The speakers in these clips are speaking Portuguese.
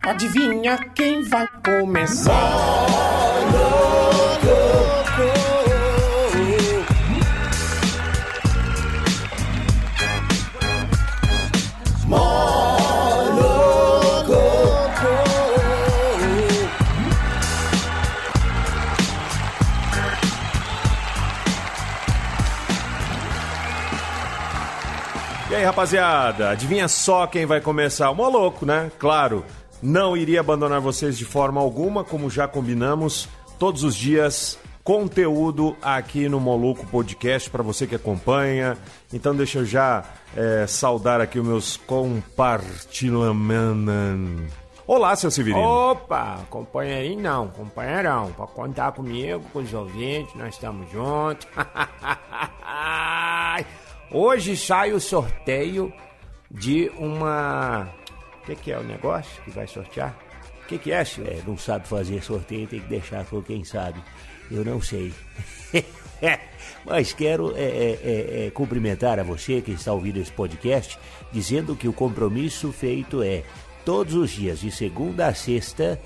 Adivinha quem vai começar? E aí, rapaziada, adivinha só quem vai começar? O Moloco, né? Claro, não iria abandonar vocês de forma alguma, como já combinamos, todos os dias, conteúdo aqui no Moloco Podcast para você que acompanha. Então deixa eu já saudar aqui os meus compartilhamentos. Olá, seu Severino. Opa, companheirinho não, companheirão, pra contar comigo, com os ouvintes, nós estamos juntos. Hoje sai o sorteio de uma... O que é o negócio que vai sortear? O que é, senhor? Não sabe fazer sorteio, tem que deixar com quem sabe. Eu não sei. Mas quero cumprimentar a você que está ouvindo esse podcast, dizendo que o compromisso feito é todos os dias, de segunda a sexta,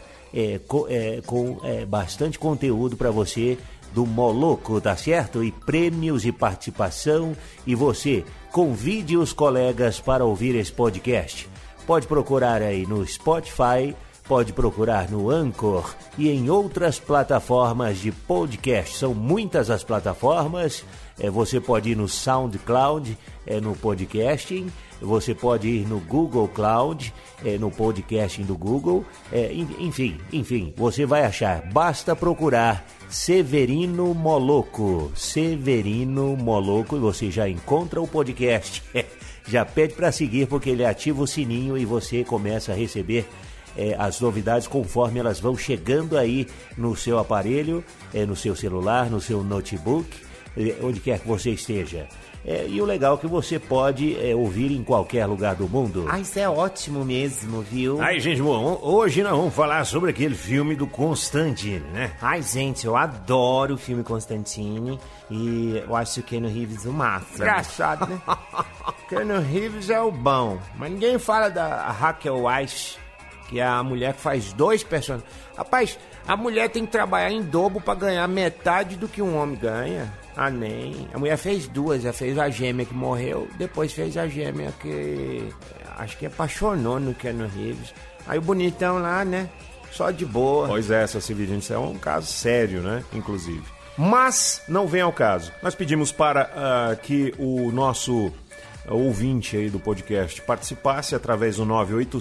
com bastante conteúdo para você do Moloco, tá certo? E prêmios e participação. E você, convide os colegas para ouvir esse podcast. Pode procurar aí no Spotify, pode procurar no Anchor e em outras plataformas de podcast. São muitas as plataformas. Você pode ir no SoundCloud, no podcasting. Você pode ir no Google Cloud, no podcasting do Google. Enfim, você vai achar. Basta procurar Severino Moloco. Severino Moloco, e você já encontra o podcast. Já pede para seguir, porque ele ativa o sininho e você começa a receber as novidades conforme elas vão chegando aí no seu aparelho, no seu celular, no seu notebook, onde quer que você esteja. E o legal é que você pode ouvir em qualquer lugar do mundo. Isso é ótimo mesmo, viu? Aí, gente, bom, hoje nós vamos falar sobre aquele filme do Constantine, né? Gente, eu adoro o filme Constantine e eu acho o Keanu Reeves o máximo. Engraçado, né? Keanu Reeves é o bom, mas ninguém fala da Raquel Weisz, que é a mulher que faz 2 personagens. Rapaz, a mulher tem que trabalhar em dobro pra ganhar metade do que um homem ganha. Nem. A mulher fez 2, já fez a gêmea que morreu, depois fez a gêmea que acho que apaixonou no Keanu Reeves. Aí o bonitão lá, né? Só de boa. Pois é, seu Severino, isso é um caso sério, né? Inclusive. Mas não vem ao caso. Nós pedimos para que o nosso ouvinte aí do podcast participasse através do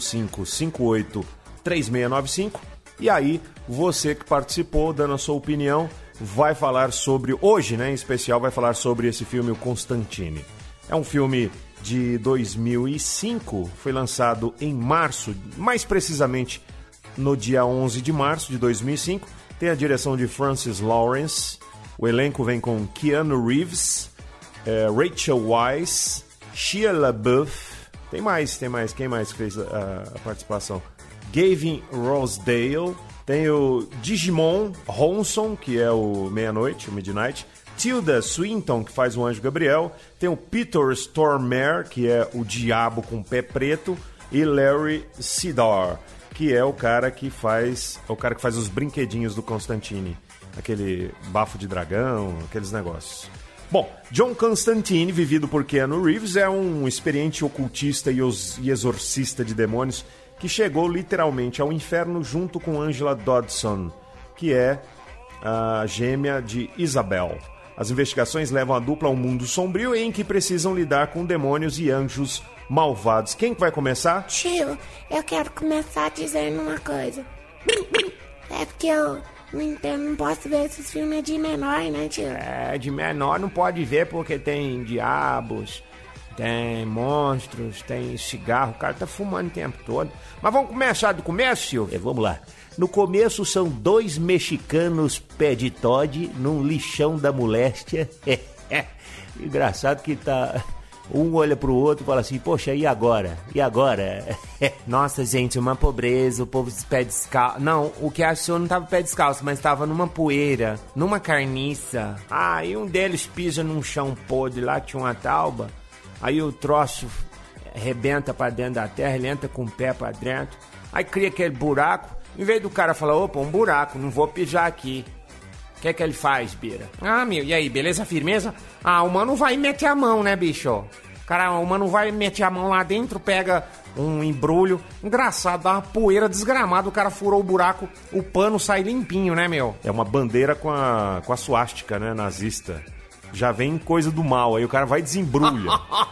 985-583695. E aí, você que participou, dando a sua opinião, vai falar sobre, hoje, né, em especial, vai falar sobre esse filme, o Constantine. É um filme de 2005, foi lançado em março, mais precisamente no dia 11 de março de 2005. Tem a direção de Francis Lawrence, o elenco vem com Keanu Reeves, Rachel Weisz, Shia LaBeouf, tem mais, quem mais fez a participação? Gavin Rossdale, tem o Digimon Honson, que é o Meia-Noite, o Midnight, Tilda Swinton, que faz o Anjo Gabriel, tem o Peter Stormare, que é o Diabo com Pé Preto, e Larry Sidar, que é o cara que faz os brinquedinhos do Constantine, aquele bafo de dragão, aqueles negócios. Bom, John Constantine, vivido por Keanu Reeves, é um experiente ocultista e exorcista de demônios que chegou literalmente ao inferno junto com Angela Dodson, que é a gêmea de Isabel. As investigações levam a dupla a um mundo sombrio em que precisam lidar com demônios e anjos malvados. Quem que vai começar? Tio, eu quero começar dizendo uma coisa. É porque eu não posso ver esses filmes de menor, né, tio? De menor não pode ver porque tem diabos, tem monstros, tem cigarro, o cara tá fumando o tempo todo. Mas vamos começar do começo, Silvio? Vamos lá. No começo são 2 mexicanos pé de Todd num lixão da moléstia. Engraçado que tá... Um olha pro outro e fala assim, poxa, e agora? E agora? Nossa, gente, uma pobreza, o povo de pé descalço. Não, o que achou não tava pé descalço, mas tava numa poeira, numa carniça. E um deles pisa num chão podre lá, que tinha uma tauba. Aí o troço rebenta pra dentro da terra, ele entra com o pé pra dentro. Aí cria aquele buraco. Em vez do cara falar, opa, um buraco, não vou pisar aqui. O que é que ele faz, Bira? Ah, meu, e aí, beleza, firmeza? Ah, o mano vai e mete a mão, né, bicho? Cara, o mano vai e mete a mão lá dentro, pega um embrulho. Engraçado, dá uma poeira desgramada, o cara furou o buraco, o pano sai limpinho, né, meu? É uma bandeira com a suástica, né, nazista. Já vem coisa do mal, aí o cara vai e desembrulha.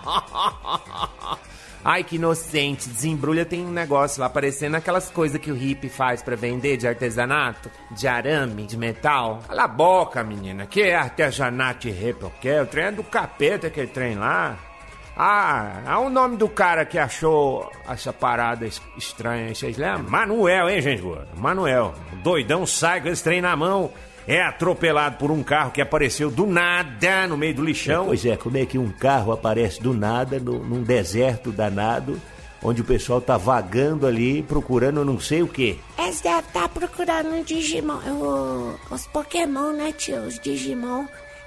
Ai, que inocente. Desembrulha, tem um negócio lá parecendo aquelas coisas que o hippie faz pra vender de artesanato, de arame, de metal. Cala a boca, menina. Que é artesanato de repelquer? O trem é do capeta, aquele trem lá. Ah, o nome do cara que achou essa parada estranha aí, vocês lembram? Manuel, hein, gente boa? Manuel. O doidão sai com esse trem na mão. É atropelado por um carro que apareceu do nada no meio do lixão. Pois é, como é que um carro aparece do nada num deserto danado, onde o pessoal tá vagando ali, procurando não sei o quê? Eles devem estar procurando um Digimon, os Pokémon, né, tio? Os Digimon.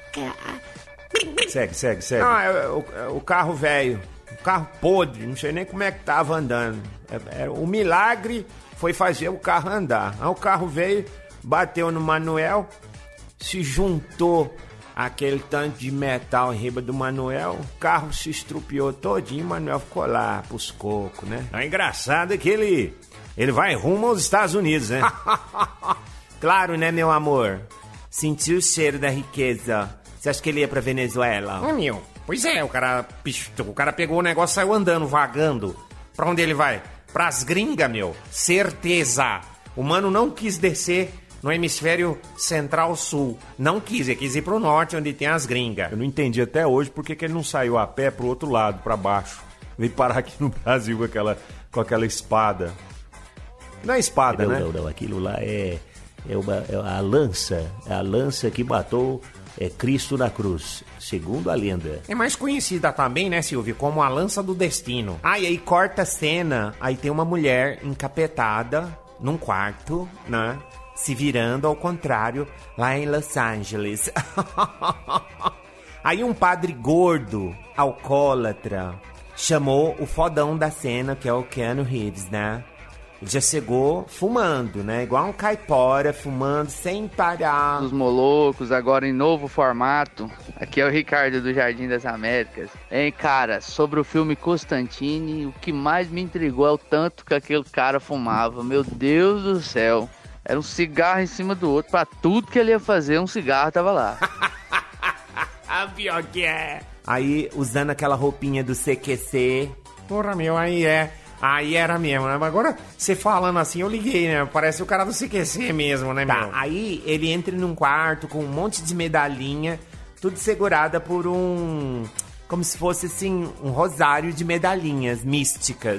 Segue. Não, é o carro velho. O carro podre, não sei nem como é que tava andando. O milagre foi fazer o carro andar. Aí o carro veio, bateu no Manuel, se juntou aquele tanto de metal em riba do Manuel, o carro se estrupiou todinho, o Manuel ficou lá pros cocos, né? O engraçado é que ele vai rumo aos Estados Unidos, né? Claro, né, meu amor? Sentiu o cheiro da riqueza. Você acha que ele ia pra Venezuela? Meu, pois é, o cara pegou o negócio e saiu andando, vagando. Pra onde ele vai? Pras gringas, meu. Certeza. O mano não quis descer no hemisfério central-sul. Não quis, ele quis ir pro norte, onde tem as gringas. Eu não entendi até hoje por que ele não saiu a pé pro outro lado, pra baixo. Veio parar aqui no Brasil com aquela espada. Não é espada, né? Não, aquilo lá é a lança. É a lança que matou Cristo na cruz, segundo a lenda. É mais conhecida também, né, Silvio, como a lança do destino. Ah, e aí corta a cena, aí tem uma mulher encapetada num quarto, né? Se virando ao contrário, lá em Los Angeles. Aí um padre gordo, alcoólatra, chamou o fodão da cena, que é o Keanu Reeves, né? Ele já chegou fumando, né? Igual um caipora, fumando sem parar. Os Molocos, agora em novo formato. Aqui é o Ricardo do Jardim das Américas. Hein, cara, sobre o filme Constantine, o que mais me intrigou é o tanto que aquele cara fumava. Meu Deus do céu. Era um cigarro em cima do outro. Pra tudo que ele ia fazer, um cigarro tava lá. Pior que é. Aí, usando aquela roupinha do CQC. Porra, meu, aí era mesmo, né? Mas agora, você falando assim, eu liguei, né? Parece o cara do CQC mesmo, né, meu? Tá, aí ele entra num quarto com um monte de medalhinha, tudo segurada por como se fosse, assim, um rosário de medalhinhas místicas.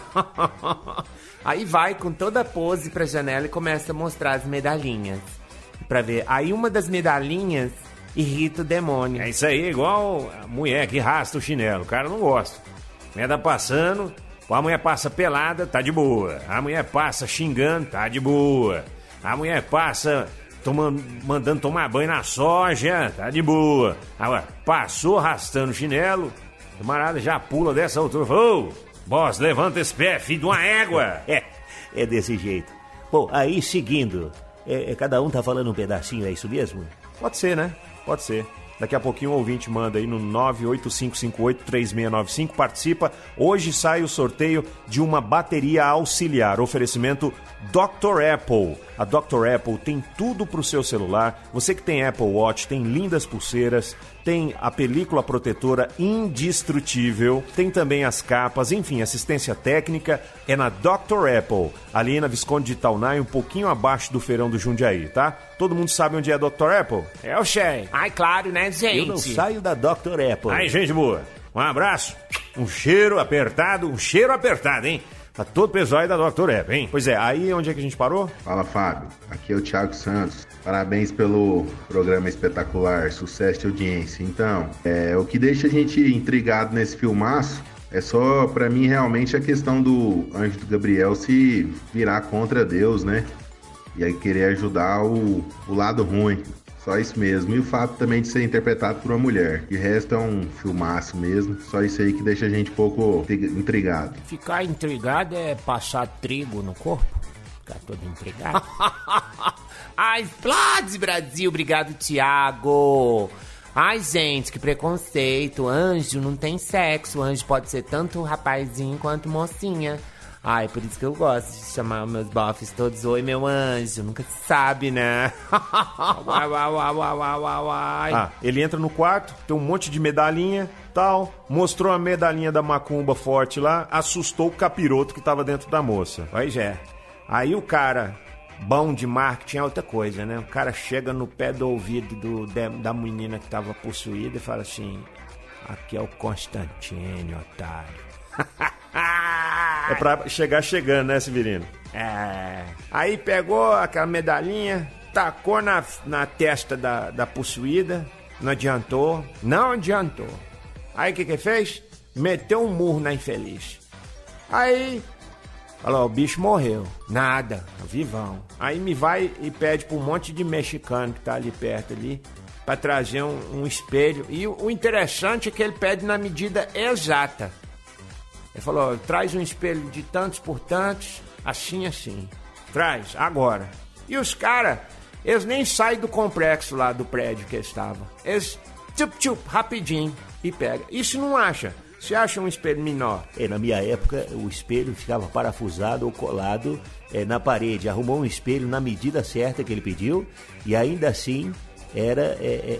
Aí vai com toda a pose pra janela e começa a mostrar as medalhinhas. Pra ver. Aí uma das medalhinhas irrita o demônio. É isso aí, igual a mulher que rasta o chinelo. O cara não gosta. A mulher tá passando, a mulher passa pelada, tá de boa. A mulher passa xingando, tá de boa. A mulher passa mandando tomar banho na soja, tá de boa. Agora, passou arrastando o chinelo, o camarada já pula dessa altura e fala: ô, boss, levanta esse pé, filho de uma égua. É desse jeito. Bom, aí seguindo, cada um tá falando um pedacinho, é isso mesmo? Pode ser, né? Pode ser. Daqui a pouquinho o ouvinte manda aí no 985583695, participa. Hoje sai o sorteio de uma bateria auxiliar, oferecimento Dr. Apple. A Dr. Apple tem tudo para o seu celular. Você que tem Apple Watch, tem lindas pulseiras, tem a película protetora indestrutível, tem também as capas, enfim, assistência técnica é na Dr. Apple, ali na Visconde de Taunay, um pouquinho abaixo do Feirão do Jundiaí, tá? Todo mundo sabe onde é a Dr. Apple? É o Shay. Ai, claro, né, gente? Eu não saio da Dr. Apple. Aí, gente boa, um abraço, um cheiro apertado, hein? Pra todo o pessoal aí da Dr. Apple, hein? Pois é, aí onde é que a gente parou? Fala, Fábio. Aqui é o Thiago Santos. Parabéns pelo programa espetacular, sucesso de audiência. Então, o que deixa a gente intrigado nesse filmaço é só, pra mim, realmente a questão do anjo do Gabriel se virar contra Deus, né? E aí querer ajudar o lado ruim. Só isso mesmo. E o fato também de ser interpretado por uma mulher. De resto é um filmaço mesmo. Só isso aí que deixa a gente um pouco intrigado. Ficar intrigado é passar trigo no corpo? Ficar todo intrigado? Ai, explode, Brasil. Obrigado, Thiago. Ai, gente, que preconceito. Anjo não tem sexo. Anjo pode ser tanto rapazinho quanto mocinha. Ai, por isso que eu gosto de chamar meus bofs todos. Oi, meu anjo. Nunca se sabe, né? Ele entra no quarto, tem um monte de medalhinha, tal. Mostrou a medalhinha da macumba forte lá, assustou o capiroto que tava dentro da moça. Pois é. Aí o cara, bom de marketing é outra coisa, né? O cara chega no pé do ouvido da menina que tava possuída e fala assim: aqui é o Constantino, otário. É pra chegar chegando, né, Severino? É. Aí pegou aquela medalhinha, tacou na testa da possuída, não adiantou. Aí o que fez? Meteu um murro na infeliz. Aí falou: o bicho morreu. Nada, vivão. Aí me vai e pede pra um monte de mexicano que tá ali perto ali, pra trazer um espelho. E o interessante é que ele pede na medida exata. Ele falou: traz um espelho de tantos por tantos, assim. Traz, agora. E os caras, eles nem saem do complexo lá do prédio que eles estavam. Eles, rapidinho, e pega. Isso não acha. Você acha um espelho menor? Na minha época, o espelho ficava parafusado ou colado na parede. Arrumou um espelho na medida certa que ele pediu e ainda assim era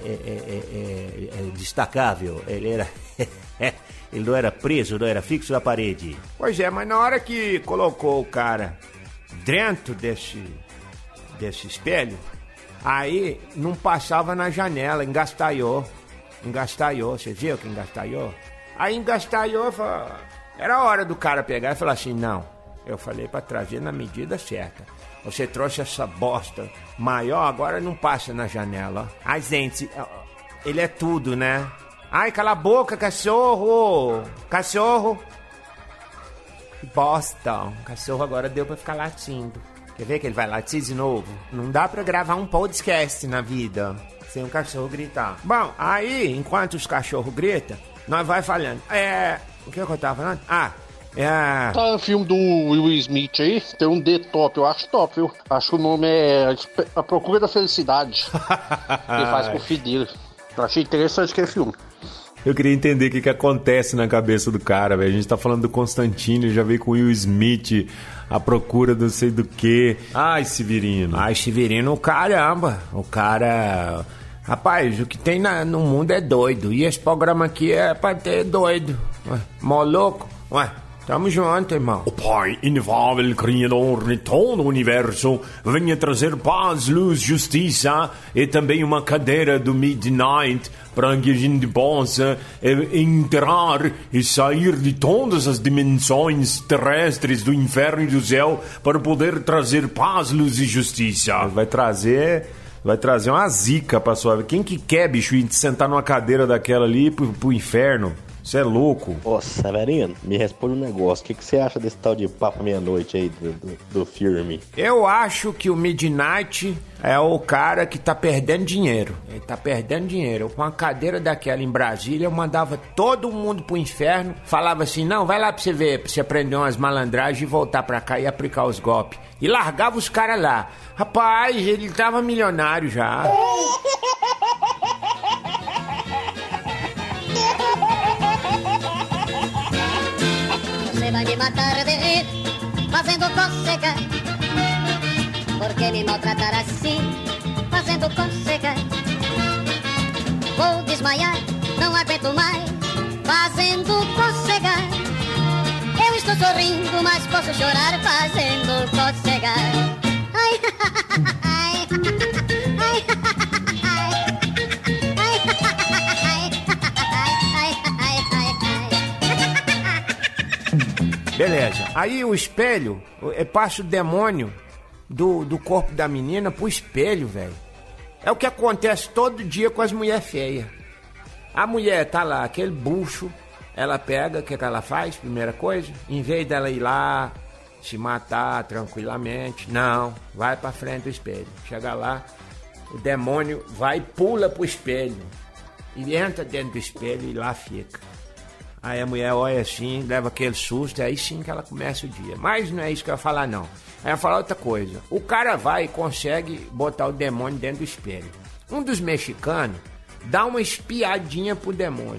destacável. Ele era... Ele não era preso, não era fixo na parede. Pois é, mas na hora que colocou o cara dentro desse espelho, aí não passava na janela, engastalhou. Você viu que engastalhou? Aí engastalhou, era hora do cara pegar e falar assim: não, eu falei pra trazer na medida certa. Você trouxe essa bosta maior, agora não passa na janela. Ai, gente, ele é tudo, né? Ai, cala a boca, cachorro! Cachorro! Que bosta! O cachorro agora deu pra ficar latindo. Quer ver que ele vai latir de novo? Não dá pra gravar um podcast na vida sem um cachorro gritar. Bom, aí, enquanto os cachorros gritam, nós vai falando. O que eu tava falando? Tá no filme do Will Smith aí, tem um D top, eu acho top, viu? Acho que o nome é A Procura da Felicidade. Ele faz com o filho dele. Eu achei interessante aquele filme. Eu queria entender o que acontece na cabeça do cara, velho. A gente tá falando do Constantino, já veio com o Will Smith, A Procura do não sei do que. Ai, Severino, caramba. O cara... Rapaz, o que tem no mundo é doido. E esse programa aqui é pra ter doido. Mó louco. Tamo junto, irmão. O Pai inefável, Criador de todo o universo, venha trazer paz, luz, justiça e também uma cadeira do Midnight para que a gente possa entrar e sair de todas as dimensões terrestres do inferno e do céu para poder trazer paz, luz e justiça. Vai trazer uma zica pra sua vida. Quem que quer, bicho, ir sentar numa cadeira daquela ali pro inferno? Você é louco. Ô, Severino, me responde um negócio. O que você acha desse tal de Papo Meia-Noite aí do filme? Eu acho que o Midnight é o cara que tá perdendo dinheiro. Ele tá perdendo dinheiro. Com uma cadeira daquela em Brasília, eu mandava todo mundo pro inferno. Falava assim: não, vai lá pra você ver, pra você aprender umas malandragens e voltar pra cá e aplicar os golpes. E largava os caras lá. Rapaz, ele tava milionário já. Você vai me matar de rir, fazendo cócega. Por que me maltratar assim, fazendo cócega? Vou desmaiar, não aguento mais, fazendo cócega. Eu estou sorrindo, mas posso chorar fazendo cócega. Ai, ai, ai, beleza, aí o espelho, passa o demônio do corpo da menina pro espelho, velho. É o que acontece todo dia com as mulheres feias. A mulher tá lá, aquele bucho, ela pega, o que ela faz? Primeira coisa, em vez dela ir lá se matar tranquilamente, não, vai pra frente do espelho. Chega lá, o demônio vai e pula pro espelho. E entra dentro do espelho e lá fica. Aí a mulher olha assim, leva aquele susto, aí sim que ela começa o dia. Mas não é isso que eu ia falar, não. Aí eu ia falar outra coisa. O cara vai e consegue botar o demônio dentro do espelho. Um dos mexicanos dá uma espiadinha pro demônio.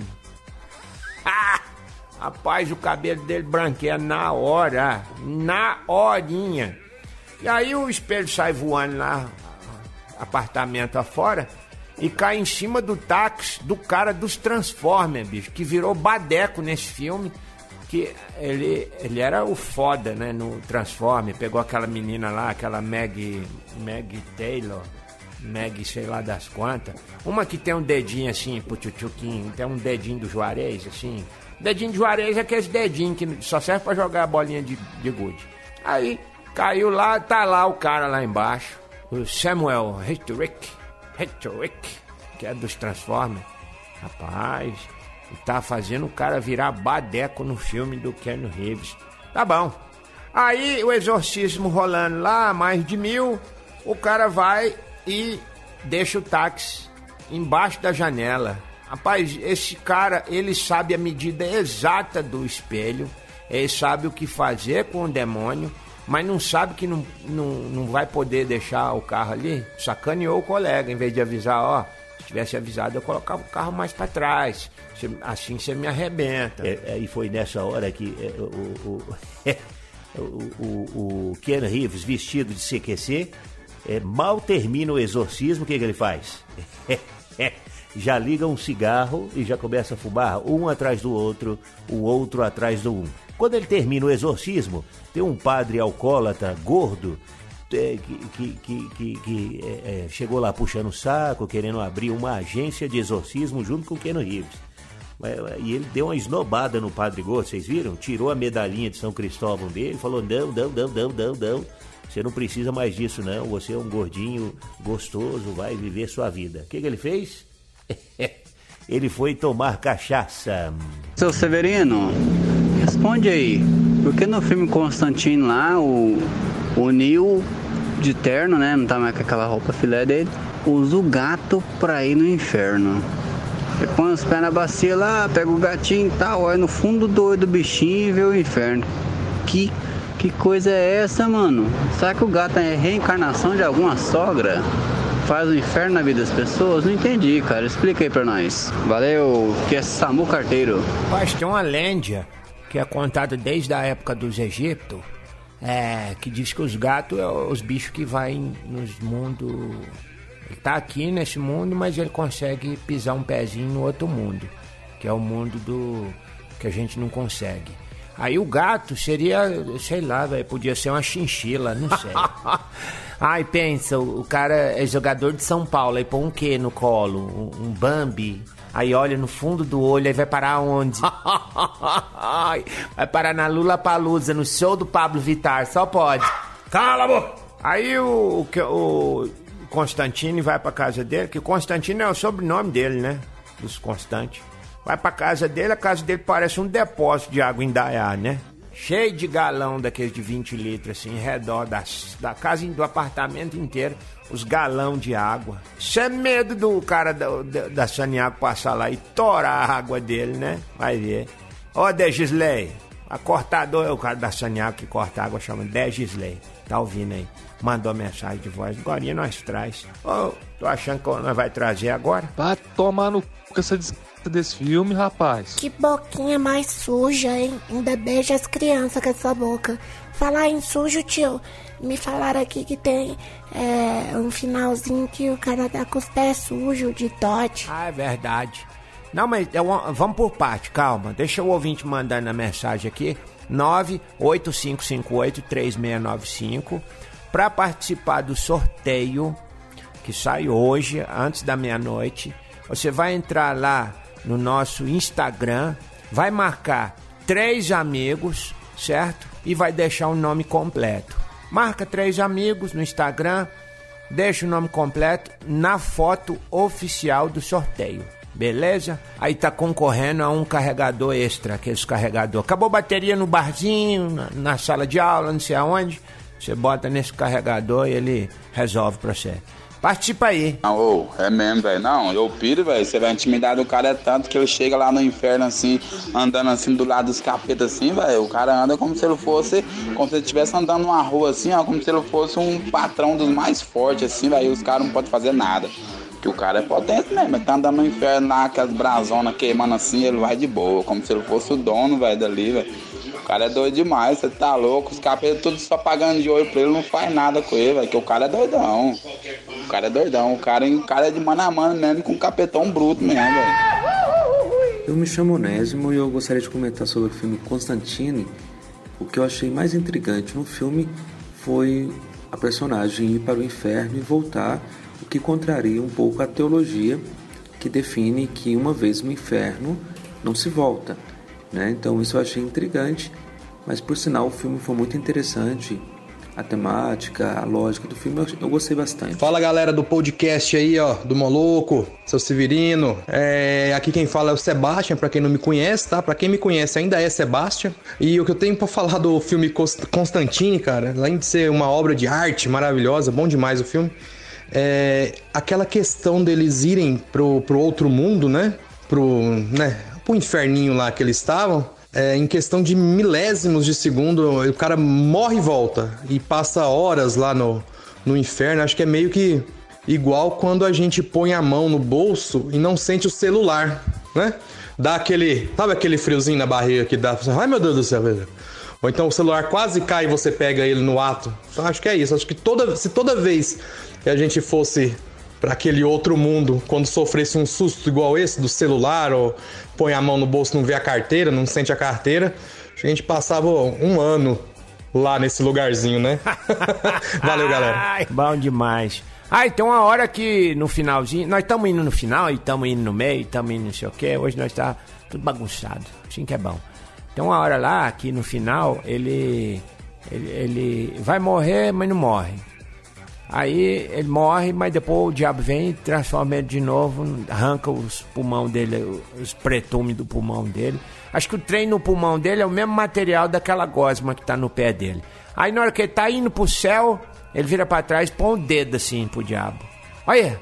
Rapaz, o cabelo dele branqueia na hora. Na horinha. E aí o espelho sai voando lá, apartamento afora, e cai em cima do táxi do cara dos Transformers, bicho, que virou badeco nesse filme, que ele era o foda, né, no Transformer. Pegou aquela menina lá, aquela Maggie Taylor, Maggie sei lá das quantas, uma que tem um dedinho assim, pro tchutchuquinho, tem um dedinho do Juarez, assim. Dedinho de Juarez é aquele dedinho que só serve pra jogar a bolinha de gude. Aí, caiu lá, tá lá o cara lá embaixo, o Samuel Hitcherick, que é dos Transformers. Rapaz, tá fazendo o cara virar badeco no filme do Keanu Reeves. Tá bom. Aí o exorcismo rolando lá, mais de 1000, o cara vai e deixa o táxi embaixo da janela. Rapaz, esse cara, ele sabe a medida exata do espelho, ele sabe o que fazer com o demônio, mas não sabe que não vai poder deixar o carro ali. Sacaneou o colega, em vez de avisar, ó, se tivesse avisado eu colocava o carro mais pra trás, assim você me arrebenta. E foi nessa hora que o Keanu Reeves, vestido de CQC, mal termina o exorcismo, o que ele faz? Já liga um cigarro e já começa a fumar, um atrás do outro, o outro atrás do um. Quando ele termina o exorcismo, tem um padre alcoólatra, gordo, que chegou lá puxando o saco, querendo abrir uma agência de exorcismo junto com o Keanu Reeves. E ele deu uma esnobada no padre gordo, vocês viram? Tirou a medalhinha de São Cristóvão dele, falou, não, você não precisa mais disso não, você é um gordinho gostoso, vai viver sua vida. O que ele fez? Ele foi tomar cachaça. Seu Severino, responde aí, por que no filme Constantino lá, o Neo de terno, né, não tá mais com aquela roupa filé dele, usa o gato pra ir no inferno? Ele põe os pés na bacia lá, pega o gatinho e tal, olha no fundo do bichinho e vê o inferno. Que coisa é essa, mano? Será que o gato é reencarnação de alguma sogra? Faz o inferno na vida das pessoas? Não entendi, cara. Explica aí pra nós. Valeu, que é Samu Carteiro. Mas tem uma lenda que é contada desde a época dos egípcios, que diz que os gatos são os bichos que vão nos mundos. Ele tá aqui nesse mundo, mas ele consegue pisar um pezinho no outro mundo, que é o mundo que a gente não consegue. Aí o gato seria, sei lá, véio, podia ser uma chinchila, não sei. Ai, pensa, o cara é jogador de São Paulo, aí põe um quê no colo? Um Bambi. Aí olha no fundo do olho, aí vai parar onde? Vai parar na Lollapalooza, no show do Pablo Vittar, só pode. Cala a boca! Aí o Constantino vai pra casa dele, que Constantino é o sobrenome dele, né? Dos Constantes. Vai pra casa dele, a casa dele parece um depósito de água Indaiá, né? Cheio de galão daqueles de 20 litros, assim, em redor da casa e do apartamento inteiro, os galão de água. Isso é medo do cara da Saniago passar lá e torar a água dele, né? Vai ver. Ó, Degisley, a cortador, o cara da Saniago que corta água chama Degisley. Tá ouvindo aí? Mandou mensagem de voz, agora nós traz. Ô, tô achando que nós vai trazer agora? Vai tomar no c... essa desse filme, rapaz. Que boquinha mais suja, hein? Ainda beija as crianças com essa boca. Falar em sujo, tio, me falaram aqui que tem um finalzinho que o cara tá com os pés sujos de Todd. Ah, é verdade. Não, mas vamos por parte, calma. Deixa o ouvinte mandando a mensagem aqui. 985583695 para participar do sorteio que sai hoje, antes da meia-noite. Você vai entrar lá no nosso Instagram, vai marcar 3 amigos, certo? E vai deixar o nome completo. Marca 3 amigos no Instagram, deixa o nome completo na foto oficial do sorteio, beleza? Aí tá concorrendo a um carregador extra, aqueles carregador. Acabou a bateria no barzinho, na sala de aula, não sei aonde, você bota nesse carregador e ele resolve pra você. Participa aí. Não, é mesmo, velho. Não, eu piro, velho. Você vai intimidar do cara é tanto que ele chega lá no inferno, assim, andando assim do lado dos capetas, assim, velho. O cara anda como se ele fosse, como se ele estivesse andando numa rua, assim, ó, como se ele fosse um patrão dos mais fortes, assim, velho. E os caras não podem fazer nada. Que o cara é potente mesmo, ele tá andando no inferno lá, aquelas brasonas queimando assim, ele vai de boa, como se ele fosse o dono, velho, dali, velho. O cara é doido demais, você tá louco, os capetas tudo só pagando de olho pra ele, não faz nada com ele, velho, que o cara é doidão. O cara é doidão, o cara é de mano a mano mesmo, com um capetão bruto mesmo, velho. Eu me chamo Onésimo e eu gostaria de comentar sobre o filme Constantine. O que eu achei mais intrigante no filme foi a personagem ir para o inferno e voltar, o que contraria um pouco a teologia que define que uma vez no inferno não se volta, né? Então isso eu achei intrigante, mas por sinal o filme foi muito interessante. A temática, a lógica do filme eu gostei bastante. Fala galera do podcast aí, ó, do Moloco, seu Severino. Aqui quem fala é o Sebastian, pra quem não me conhece, tá? Pra quem me conhece ainda é Sebastian. E o que eu tenho pra falar do filme Constantine, cara, além de ser uma obra de arte maravilhosa, bom demais o filme, aquela questão deles irem pro outro mundo, né? Pro inferninho lá que eles estavam. Em questão de milésimos de segundo, o cara morre e volta. E passa horas lá no inferno. Acho que é meio que igual quando a gente põe a mão no bolso e não sente o celular, né? Dá aquele... Sabe aquele friozinho na barriga que dá... Ai, meu Deus do céu, velho. Ou então o celular quase cai e você pega ele no ato. Então acho que é isso. Acho que se toda vez que a gente fosse para aquele outro mundo, quando sofresse um susto igual esse do celular, ou põe a mão no bolso, não vê a carteira, não sente a carteira, a gente passava um ano lá nesse lugarzinho, né? Valeu, galera. Ai, bom demais. Tem uma hora que no finalzinho, nós estamos indo no final, e estamos indo no meio, estamos indo não sei o que, hoje nós tá tudo bagunçado, assim que é bom. Tem uma hora lá que no final ele vai morrer, mas não morre. Aí ele morre, mas depois o diabo vem e transforma ele de novo, arranca os pulmão dele, os pretumes do pulmão dele. Acho que o trem no pulmão dele é o mesmo material daquela gosma que tá no pé dele. Aí na hora que ele tá indo pro céu, ele vira pra trás e põe o dedo assim pro diabo. Olha,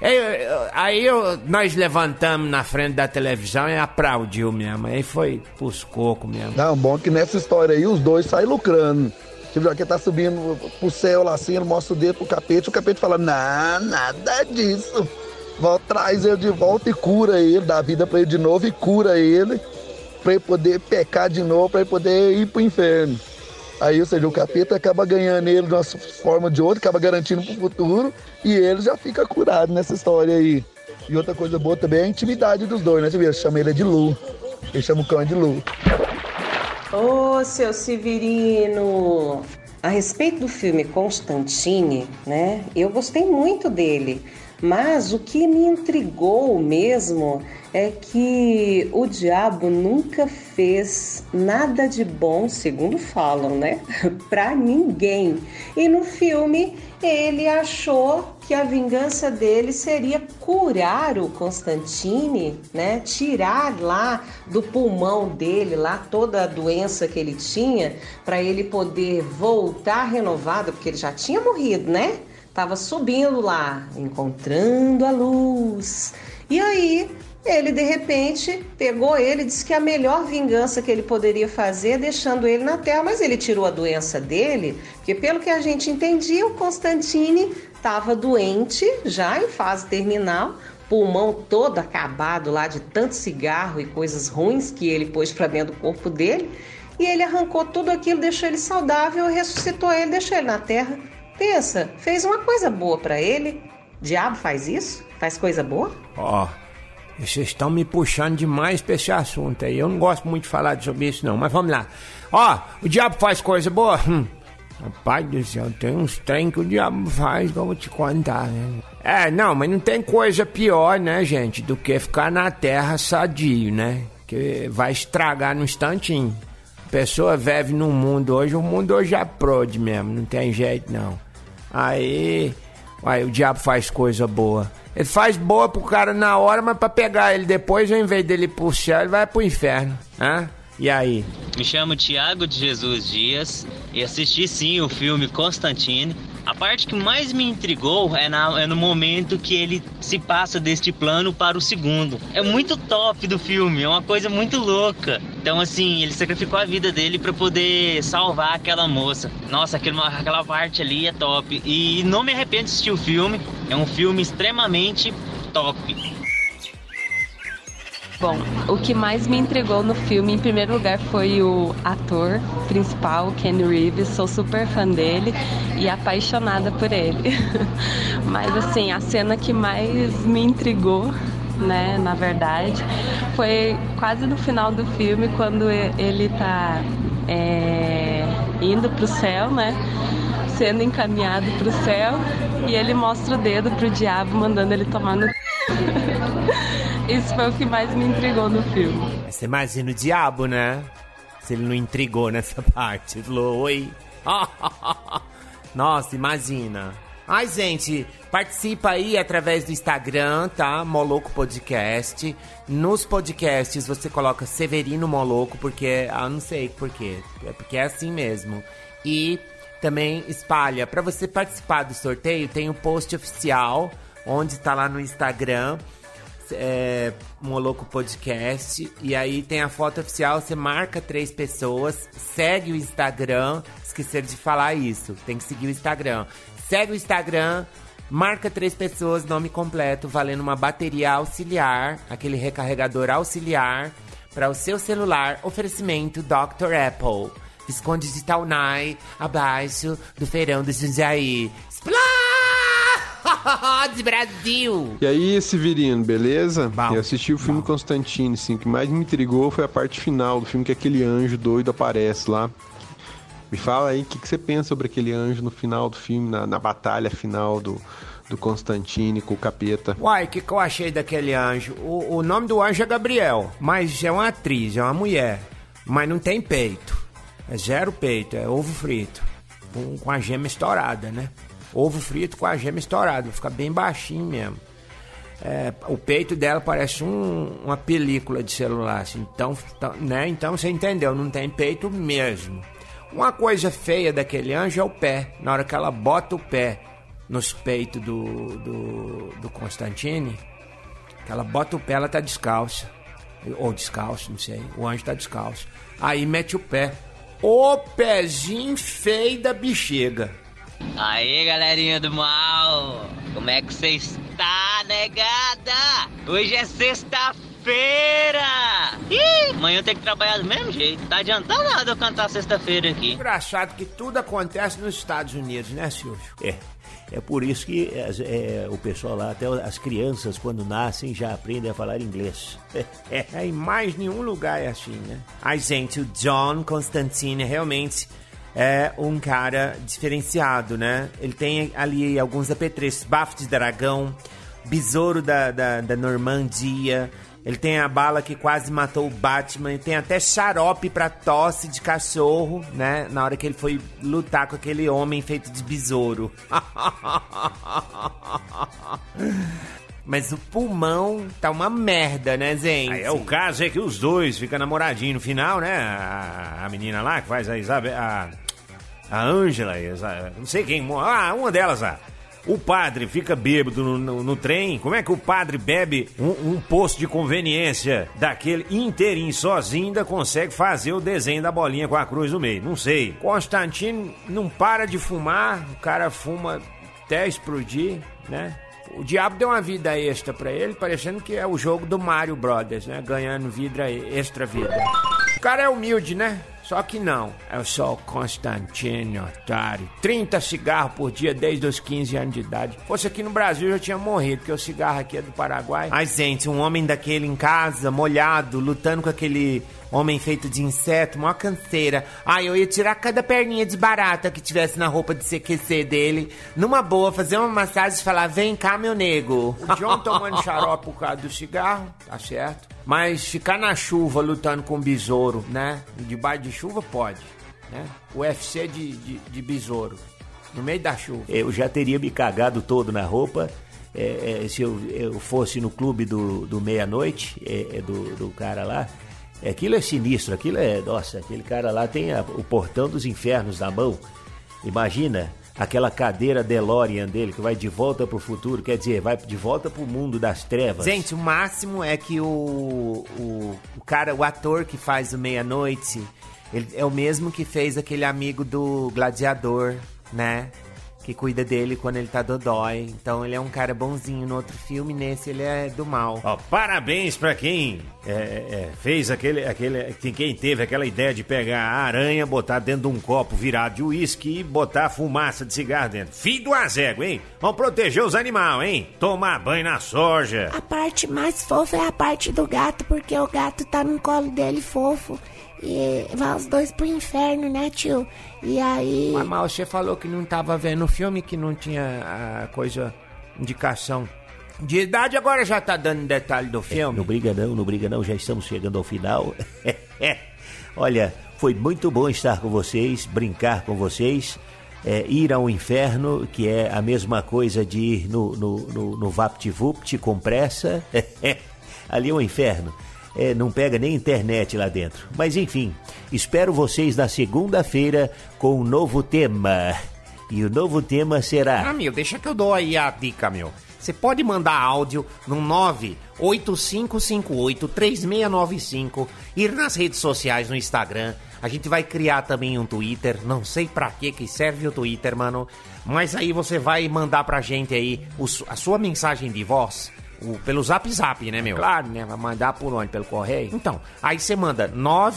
nós levantamos na frente da televisão e aplaudiu mesmo. Aí foi pros cocos mesmo. Não, bom que nessa história aí os dois saem lucrando. Você viu que tá subindo pro céu lá assim, ele mostra o dedo pro capeta, e o capeta fala, não, nada disso. Traz ele de volta e cura ele, dá vida pra ele de novo e cura ele, pra ele poder pecar de novo, pra ele poder ir pro inferno. Aí, ou seja, o capeta acaba ganhando ele de uma forma ou de outra, acaba garantindo pro futuro, e ele já fica curado nessa história aí. E outra coisa boa também é a intimidade dos dois, né? Você viu, ele chama ele de Lu, ele chama o cão de Lu. Ô, seu Severino, a respeito do filme Constantine, né, eu gostei muito dele, mas o que me intrigou mesmo é que o diabo nunca fez nada de bom, segundo falam, né, pra ninguém. E no filme ele achou que a vingança dele seria curar o Constantine, né? Tirar lá do pulmão dele, lá toda a doença que ele tinha, para ele poder voltar renovado, porque ele já tinha morrido, né? Tava subindo lá, encontrando a luz. E aí, ele de repente pegou ele e disse que a melhor vingança que ele poderia fazer é deixando ele na terra, mas ele tirou a doença dele, porque pelo que a gente entendia, o Constantine estava doente, já em fase terminal, pulmão todo acabado lá de tanto cigarro e coisas ruins que ele pôs para dentro do corpo dele, e ele arrancou tudo aquilo, deixou ele saudável, ressuscitou ele, deixou ele na terra. Pensa, fez uma coisa boa para ele. Diabo faz isso? Faz coisa boa? Vocês estão me puxando demais pra esse assunto aí. Eu não gosto muito de falar sobre isso não, mas vamos lá. O diabo faz coisa boa? Rapaz do céu, tem uns trem que o diabo faz que eu vou te contar, né? Não, mas não tem coisa pior, né, gente, do que ficar na terra sadio, né? Que vai estragar no instantinho. A pessoa vive num mundo hoje, o mundo hoje é prode mesmo, não tem jeito não. Aí o diabo faz coisa boa. Ele faz boa pro cara na hora, mas pra pegar ele depois, ao invés dele ir pro céu, ele vai pro inferno, né? E aí? Me chamo Tiago de Jesus Dias e assisti sim o filme Constantine. A parte que mais me intrigou é no momento que ele se passa deste plano para o segundo. É muito top do filme, é uma coisa muito louca. Então, assim, ele sacrificou a vida dele para poder salvar aquela moça. Nossa, aquela parte ali é top. E não me arrependo de assistir o filme, é um filme extremamente top. Bom, o que mais me intrigou no filme, em primeiro lugar, foi o ator principal, Ken Reeves. Sou super fã dele e apaixonada por ele. Mas, assim, a cena que mais me intrigou, né, na verdade, foi quase no final do filme, quando ele tá indo pro céu, né, sendo encaminhado pro céu, e ele mostra o dedo pro diabo, mandando ele tomar no... Isso foi o que mais me intrigou no filme. Você imagina o diabo, né? Se ele não intrigou nessa parte. Ele falou, oi. Nossa, imagina. Ai, gente, participa aí através do Instagram, tá? Moloco Podcast. Nos podcasts você coloca Severino Moloco, porque... eu não sei por quê. É porque é assim mesmo. E também espalha. Pra você participar do sorteio, tem um post oficial, onde tá lá no Instagram... Moloco Podcast, e aí tem a foto oficial, você marca 3 pessoas, segue o Instagram, esqueceram de falar isso, tem que seguir o Instagram, segue o Instagram, marca 3 pessoas, nome completo, valendo uma bateria auxiliar, aquele recarregador auxiliar para o seu celular, oferecimento Dr. Apple, Visconde Digital Night, abaixo do feirão do Jundiaí. De Brasil! E aí, Severino, beleza? Eu assisti o filme Constantine, sim. O que mais me intrigou foi a parte final do filme, que aquele anjo doido aparece lá. Me fala aí, o que você pensa sobre aquele anjo no final do filme, na batalha final do Constantine com o capeta? Uai, o que eu achei daquele anjo? O nome do anjo é Gabriel, mas é uma atriz, é uma mulher. Mas não tem peito. É 0 peito, é ovo frito. Com a gema estourada, né? Ovo frito com a gema estourada, fica bem baixinho mesmo. O peito dela parece uma película de celular, assim. Então, né? Então você entendeu, não tem peito mesmo. Uma coisa feia daquele anjo é o pé. Na hora que ela bota o pé nos peitos do Constantine, que ela bota o pé, ela tá descalça. Ou descalço, não sei. O anjo tá descalço. Aí mete o pé. O pezinho feio da bexiga. Aí, galerinha do mal, como é que você está, negada? Hoje é sexta-feira! Ih, amanhã eu tenho que trabalhar do mesmo jeito, tá adiantando nada eu cantar sexta-feira aqui. Engraçado que tudo acontece nos Estados Unidos, né, Silvio? É por isso que o pessoal lá, até as crianças, quando nascem, já aprendem a falar inglês. Em mais nenhum lugar é assim, né? Ai, gente, o John Constantine realmente... é um cara diferenciado, né? Ele tem ali alguns apetrechos, bafo de dragão, besouro da Normandia, ele tem a bala que quase matou o Batman, ele tem até xarope pra tosse de cachorro, né? Na hora que ele foi lutar com aquele homem feito de besouro. Mas o pulmão tá uma merda, né, gente? O caso é que os dois ficam namoradinhos no final, né? A menina lá que faz a Ângela, não sei quem, uma delas lá. O padre fica bêbado no trem. Como é que o padre bebe um posto de conveniência daquele inteirinho sozinho e ainda consegue fazer o desenho da bolinha com a cruz no meio? Não sei. Constantine não para de fumar, o cara fuma até explodir, né? O diabo deu uma vida extra pra ele, parecendo que é o jogo do Mario Brothers, né? Ganhando vida, extra vida. O cara é humilde, né? Só que não. Eu sou o Constantine, otário. 30 cigarros por dia desde os 15 anos de idade. Se fosse aqui no Brasil, eu já tinha morrido, porque o cigarro aqui é do Paraguai. Ai, gente, um homem daquele em casa, molhado, lutando com aquele homem feito de inseto, mó canseira. Ai, eu ia tirar cada perninha de barata que tivesse na roupa de CQC dele. Numa boa, fazer uma massagem e falar, vem cá, meu nego. O John tomando xarope por causa do cigarro, tá certo. Mas ficar na chuva lutando com besouro, né? Debaixo de chuva pode, né? UFC de besouro, no meio da chuva. Eu já teria me cagado todo na roupa se eu fosse no clube do meia-noite, do cara lá. Aquilo é sinistro, aquilo é... Nossa, aquele cara lá tem o portão dos infernos na mão. Imagina, aquela cadeira DeLorean dele que vai de volta pro futuro, quer dizer, vai de volta pro mundo das trevas. Gente, o máximo é que o cara, o ator que faz o Meia-Noite, ele é o mesmo que fez aquele amigo do Gladiador, né? Que cuida dele quando ele tá dodói. Então ele é um cara bonzinho no outro filme, nesse ele é do mal. Ó, parabéns pra quem fez quem teve aquela ideia de pegar a aranha, botar dentro de um copo virado de uísque e botar fumaça de cigarro dentro. Filho do azego, hein? Vamos proteger os animais, hein? Tomar banho na soja. A parte mais fofa é a parte do gato, porque o gato tá no colo dele fofo. E vai os dois pro inferno, né, tio? E aí... Mas você falou que não tava vendo o filme, que não tinha a indicação de idade, agora já tá dando detalhe do filme. Não briga não, já estamos chegando ao final. Olha, foi muito bom estar com vocês, brincar com vocês, ir ao inferno, que é a mesma coisa de ir no VaptVupt com pressa. Ali é o inferno. Não pega nem internet lá dentro. Mas enfim, espero vocês na segunda-feira com um novo tema. E o novo tema será... deixa que eu dou aí a dica, Você pode mandar áudio no 985583695, ir nas redes sociais, no Instagram. A gente vai criar também um Twitter. Não sei pra que serve o Twitter, mano. Mas aí você vai mandar pra gente aí a sua mensagem de voz... Pelo Zap, né, meu? Claro, né? Vai mandar por onde? Pelo correio? Então, aí você manda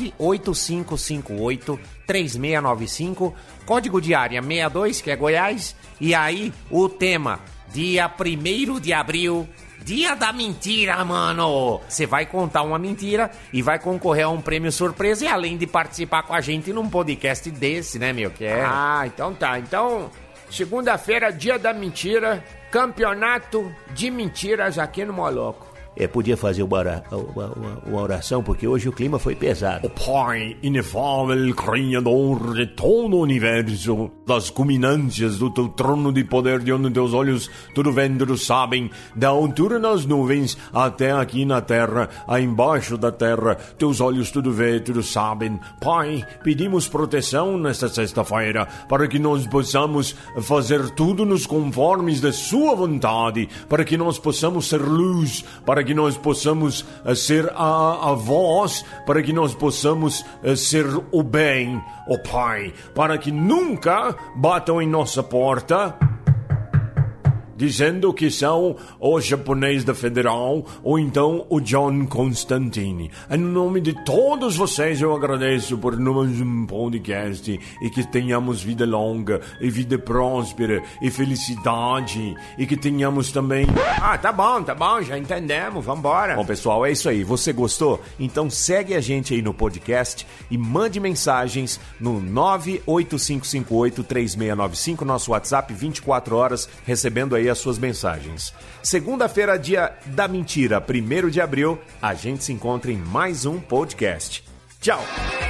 985583695, código de área 62, que é Goiás, e aí o tema, dia 1º de abril, dia da mentira, mano! Você vai contar uma mentira e vai concorrer a um prêmio surpresa, e além de participar com a gente num podcast desse, né, meu? Que é... então tá. Então, segunda-feira, dia da mentira... Campeonato de mentiras aqui no Moloco. Podia fazer uma oração, porque hoje o clima foi pesado. O Pai inefável, Criador de todo o universo, das culminâncias do teu trono de poder, de onde teus olhos tudo vêem, tudo sabem, da altura nas nuvens até aqui na terra, aí embaixo da terra, teus olhos tudo vêem, tudo sabem. Pai, pedimos proteção nesta sexta-feira, para que nós possamos fazer tudo nos conformes da sua vontade, para que nós possamos ser luz, para que nós possamos ser a voz, para que nós possamos ser o bem, ó Pai, para que nunca batam em nossa porta dizendo que são o japonês da Federal ou então o John Constantine. Em nome de todos vocês eu agradeço por mais um podcast e que tenhamos vida longa e vida próspera e felicidade e que tenhamos também... Tá bom, já entendemos, vambora. Bom, pessoal, é isso aí. Você gostou? Então segue a gente aí no podcast e mande mensagens no 985583695, nosso WhatsApp, 24 horas, recebendo aí as suas mensagens. Segunda-feira, dia da mentira, 1º de abril, a gente se encontra em mais um podcast. Tchau!